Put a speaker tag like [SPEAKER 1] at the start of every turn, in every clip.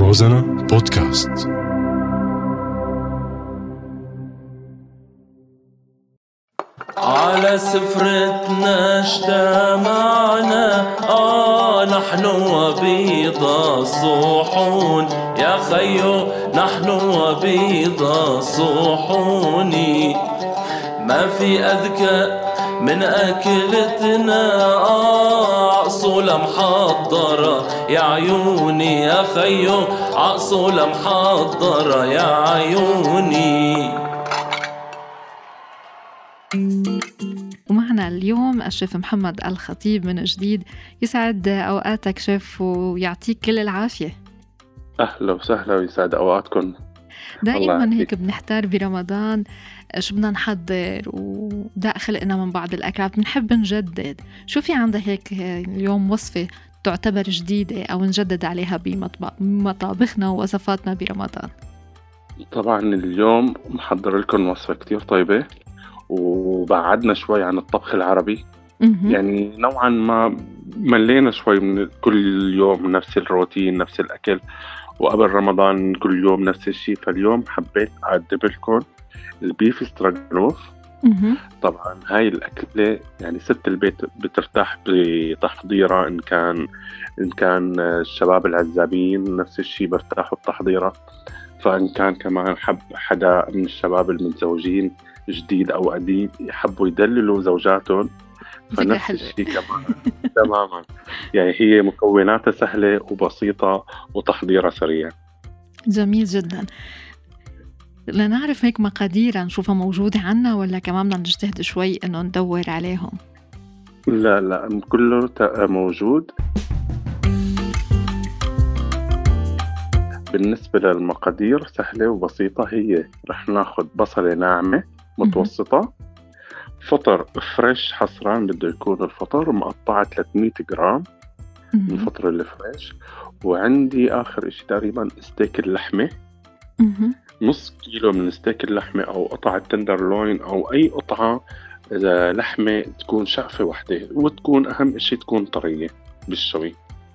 [SPEAKER 1] روزانا بودكاست.
[SPEAKER 2] على سفرتنا اجتمعنا نحن وبيض الصحون يا خيو، نحن وبيض الصحون. ما في أذكى من أكلتنا عصولة محضرة يا عيوني، يا خيو عصولة محضرة يا عيوني.
[SPEAKER 3] ومعنا اليوم الشيف محمد الخطيب من جديد. يسعد أوقاتك شيف ويعطيك كل العافية.
[SPEAKER 4] أهلا وسهلا ويسعد أوقاتكم.
[SPEAKER 3] دائما هيك بنحتار برمضان شو بدنا نحضر ودا خلقنا من بعض الأكلات بنحب نجدد. شو في عندك هيك اليوم وصفة تعتبر جديدة أو نجدد عليها بمطابخنا ووصفاتنا برمضان؟
[SPEAKER 4] طبعا اليوم محضر لكم وصفة كتير طيبة، وبعدنا شوي عن الطبخ العربي. يعني نوعا ما ملينا شوي من كل يوم نفس الروتين نفس الأكل، وقبل رمضان كل يوم نفس الشيء. فاليوم حبيت أقدم لكم البيف ستراغانوف. طبعا هاي الأكلة يعني ست البيت بترتاح بتحضيرها، إن كان الشباب العزابين نفس الشيء برتاحوا بتحضيرها، فإن كان كمان حب حدا من الشباب المتزوجين جديد أو قديم يحبوا يدللوا زوجاتهم فنفس الشيء كمان. تماما، يعني هي مكوناتها سهلة وبسيطة وتحضيرها سريع.
[SPEAKER 3] جميل جدا. لنعرف هيك مقادير نشوفها موجودة عنا ولا كمان بدنا نجتهد شوي إنه ندور عليهم؟
[SPEAKER 4] لا كله موجود. بالنسبة للمقادير سهلة وبسيطة. هي رح ناخد بصلة ناعمة متوسطة، فطر فريش حصران بده يكون الفطر مقطعة 300 جرام من فطر الفريش، وعندي آخر إشي تقريبا ستيك اللحمة، نص كيلو من ستيك اللحمة أو قطعة تندرلوين أو أي قطعة لحمة تكون شقفة واحدة، وتكون أهم إشي تكون طرية بالشوي.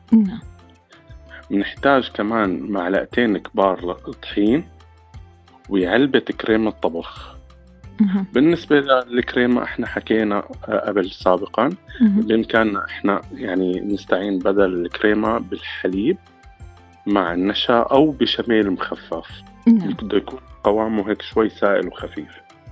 [SPEAKER 4] بنحتاج كمان معلقتين كبار طحين وعلبة كريمة طبخ. بالنسبة للكريمة احنا حكينا قبل سابقا، بإمكاننا احنا يعني نستعين بدل الكريمة بالحليب مع النشا أو بشميل مخفف. بده يكون قوامه هيك شوي سائل وخفيف.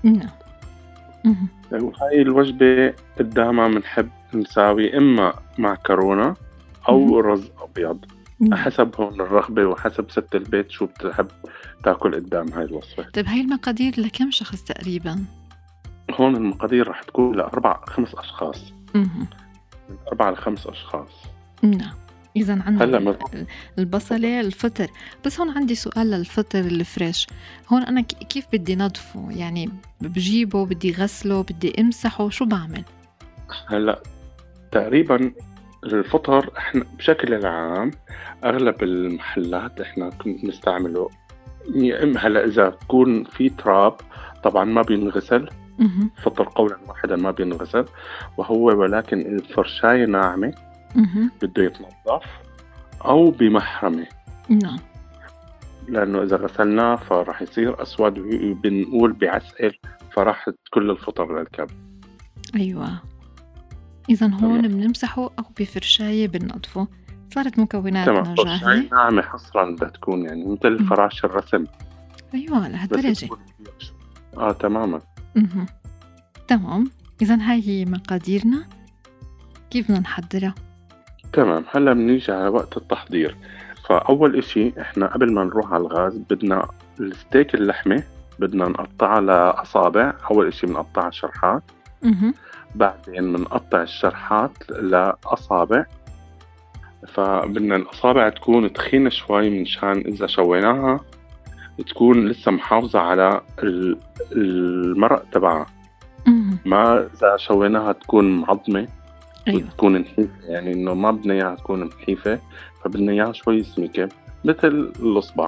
[SPEAKER 4] وهاي الوجبة قدامها بنحب نساوي إما معكرونة أو رز أبيض، حسب هون الرغبة وحسب ست البيت شو بتحب تاكل قدام هاي الوصفة.
[SPEAKER 3] طيب هاي المقادير لكم شخص تقريبا؟
[SPEAKER 4] هون المقادير رح تكون ل4-5 أشخاص. من 4-5 أشخاص.
[SPEAKER 3] نعم. إذن عندنا البصلة الفطر. بس هون عندي سؤال للفطر الفريش. هون أنا كيف بدي نضفه؟ يعني بجيبه، بدي غسله، بدي امسحه، شو بعمل؟
[SPEAKER 4] هلأ تقريبا الفطر احنا بشكل العام اغلب المحلات احنا كنت نستعمله، يا اما هلا اذا بكون في تراب طبعا ما بينغسل. فطر قولا واحدا ما بينغسل، ولكن الفرشاية ناعمة بده يتنظف او بمحرمة.
[SPEAKER 3] نعم.
[SPEAKER 4] لانه اذا غسلناه فراح يصير اسود، بنقول بعسل، فراح كل الفطر للكب.
[SPEAKER 3] ايوه. إذن هون بنمسحه أو بفرشاية بننظفه. صارت مكوناتنا جاهزة.
[SPEAKER 4] فرشاية ناعمة حصرا بدها تكون يعني مثل فراش الرسم.
[SPEAKER 3] أيوة لهالدرجة.
[SPEAKER 4] تماما.
[SPEAKER 3] تمام. إذن هاي هي مقاديرنا، كيف بدنا نحضرها؟
[SPEAKER 4] تمام. هلا بنيجي على وقت التحضير. فأول إشي إحنا قبل ما نروح على الغاز بدنا الستيك اللحمة بدنا نقطعها لأصابع. أول إشي بنقطعها شرحات، بعدين بنقطع الشرحات لأصابع. فبدنا الأصابع تكون تخينة شوي منشان إذا شويناها تكون لسه محافظة على المرق تبعها. ما إذا شويناها تكون معظمة. أيوة. وتكون نحيفة، يعني إنه ما بدنا إياها تكون نحيفة، فبدنا إياها شوي سميكة مثل الإصبع.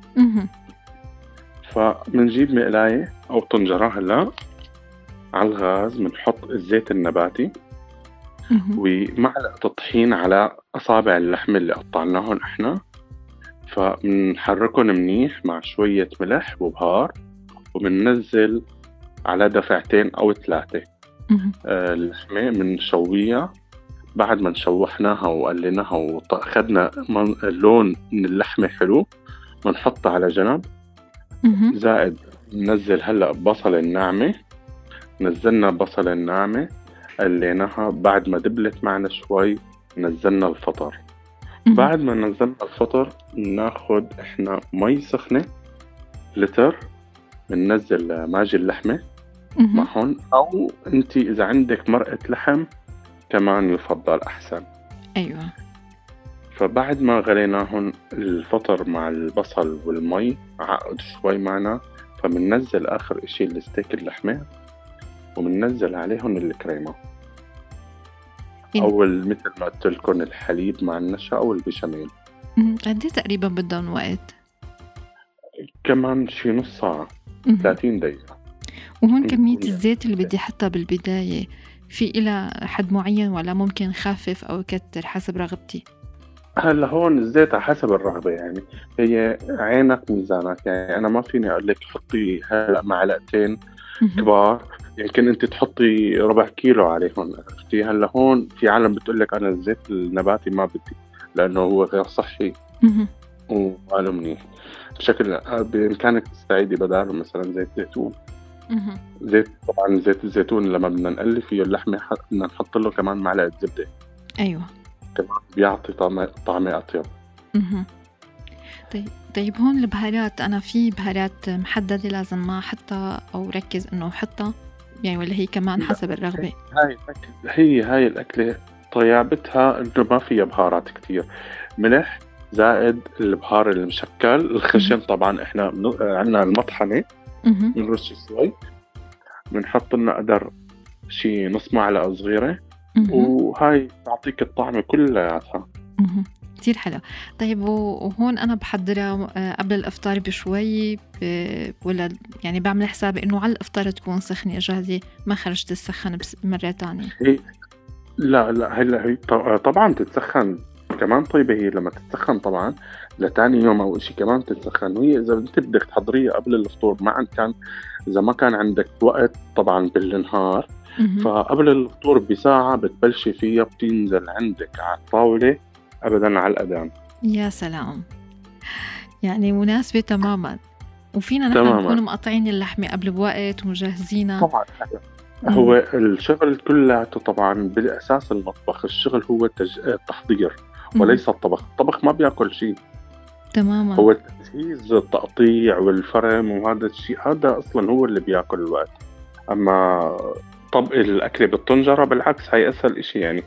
[SPEAKER 4] فبنجيب مقلاية أو طنجرة هلا على الغاز، بنحط الزيت النباتي ومعلقة طحين على أصابع اللحم اللي قطعناهم إحنا. فبنحركهم منيح مع شوية ملح وبهار، وبننزل على دفعتين أو 3 اللحمة بنشويها. بعد ما نشوحناها وقليناها وأخذنا لون من اللحمة حلو، بنحطها على جنب. زائد ننزل هلأ بصل الناعمة، نزلنا بصل الناعمة قليناها. بعد ما دبلت معنا شوي نزلنا الفطر. بعد ما نزلنا الفطر ناخد احنا مي سخنة لتر، بننزل ماجي اللحمة معهم، او انتي اذا عندك مرقة لحم كمان يفضل احسن.
[SPEAKER 3] ايوه.
[SPEAKER 4] فبعد ما غليناهم الفطر مع البصل والمي عقد شوي معنا، فبننزل اخر اشي الستيك اللحمة، وبننزل عليهم الكريمة او مثل ما قلت لكم الحليب مع النشا او البشاميل.
[SPEAKER 3] قد ايه تقريبا بدهم وقت؟
[SPEAKER 4] كمان شي نص ساعة 30 دقيقة.
[SPEAKER 3] وهون كمية الزيت اللي بدي حطها بالبداية في إلى حد معين ولا ممكن خفف أو كتر حسب رغبتي؟
[SPEAKER 4] هلا هون الزيت على حسب الرغبة، يعني هي عينك ميزانك. يعني أنا ما فيني أقول لك حطي هلا معلقتين كبار، يمكن أنت تحطي ربع كيلو عليهم. عرفتي؟ هلا هون في عالم بتقول لك أنا الزيت النباتي ما بدي لأنه هو غير صحي وقالوا منيح. بشكل بإمكانك تستعيدي بداله مثلا زيت زيتون. زيت طبعا زيت الزيتون لما بدنا نقلي فيه اللحمة بدنا نحط له كمان معلقة زبدة.
[SPEAKER 3] أيوة،
[SPEAKER 4] كمان بيعطي طعمة أطيب.
[SPEAKER 3] طيب هون البهارات، أنا في بهارات محددة لازم ما أحطها أو ركز إنه أحطها يعني، ولا هي كمان حسب الرغبة؟
[SPEAKER 4] هاي الأكلة طيابتها إنه ما فيها بهارات كتير، ملح زائد البهار المشكل الخشن. طبعا إحنا عنا المطحنة بنرش شوي، بنحط لنا قدر شي نص معلقة صغيرة، وهاي تعطيك الطعمة كلها.
[SPEAKER 3] كتير حلو. طيب وهون أنا بحضرها قبل الإفطار بشوي ولا يعني بعمل حسابي إنه على الإفطار تكون سخنة جاهزة ما خرجت تسخن مرة تانية؟
[SPEAKER 4] لا هي طبعا تتسخن كمان. طيبة هي لما تتسخن طبعا لتاني يوم أو إشي كمان تتسخن. وهي إذا أنت بدك تحضريها قبل الفطور إذا ما كان عندك وقت طبعا بالنهار، فقبل الفطور بساعة بتبلشي فيها، بتنزل عندك على الطاولة أبداً على الأذان.
[SPEAKER 3] يا سلام، يعني مناسبة تماماً. وفينا نحن نكون مقطعين اللحمة قبل بوقت ومجهزينها
[SPEAKER 4] طبعاً. هو الشغل كلياته طبعاً بالأساس المطبخ، الشغل هو التحضير وليس الطبخ. الطبخ ما بيأكل شيء
[SPEAKER 3] تماماً.
[SPEAKER 4] هو التجهيز، التقطيع والفرم، وهذا الشيء هذا أصلاً هو اللي بيأكل الوقت. أما طبق الأكل بالطنجرة بالعكس هاي أسهل إشي يعني.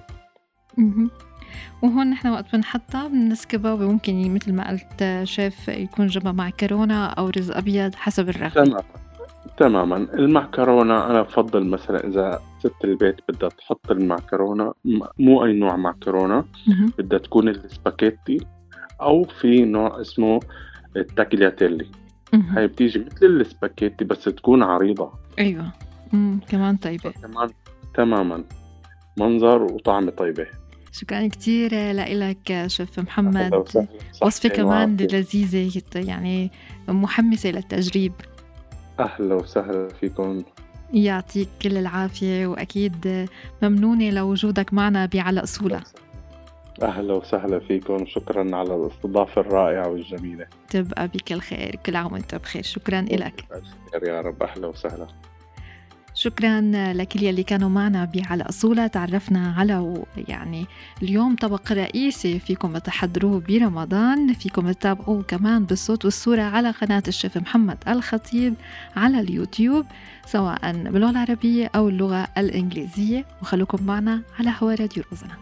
[SPEAKER 3] وهون نحن وقت بنحطها بنسكبها، وممكن مثل ما قلت شيف يكون جنبها معكرونة أو رز أبيض حسب الرغبة.
[SPEAKER 4] تماما. المعكرونة أنا بفضل مثلا إذا ست البيت بدها تحط المعكرونة، مو أي نوع معكرونة، بدها تكون السباكيتي أو في نوع اسمه التاكلياتيلي. هاي بتيجي مثل السباكيتي بس تكون عريضة.
[SPEAKER 3] أيوة. كمان طيبة.
[SPEAKER 4] كمان تماما منظر وطعم طيبة.
[SPEAKER 3] شكرا كتير لك شيف محمد. وصفة كمان لذيذة يعني محمسة للتجريب.
[SPEAKER 4] أهلا وسهلا فيكم.
[SPEAKER 3] يعطيك كل العافية، وأكيد ممنونة لوجودك معنا بعلى أصولة.
[SPEAKER 4] أهلا وسهلا فيكم، شكرا على الاستضافة الرائعة والجميلة.
[SPEAKER 3] تبقى بك الخير، كل عام وانت بخير. شكرا لك
[SPEAKER 4] يا رب. أهلا وسهلا.
[SPEAKER 3] شكرا لكل يلي كانوا معنا بعلى أصولة. تعرفنا على يعني اليوم طبق رئيسي فيكم تحضروه برمضان، فيكم تتابعوه كمان بالصوت والصورة على قناة الشيف محمد الخطيب على اليوتيوب، سواء باللغة العربية أو اللغة الإنجليزية. وخلوكم معنا على هوا راديو روزنا.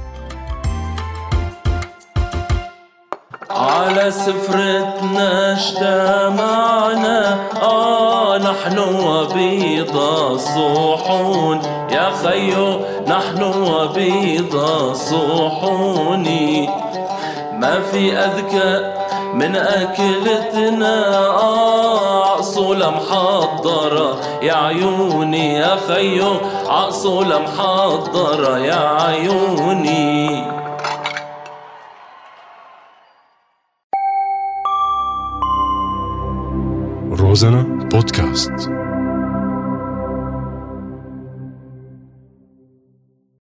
[SPEAKER 2] على سفرتنا اجتمعنا نحن وبيض الصحون، يا خيو نحن وبيض الصحون. ما في أذكى من أكلتنا عصولة محضرة يا عيوني، يا خيو عصولة محضرة يا عيوني.
[SPEAKER 1] روزانا بودكاست.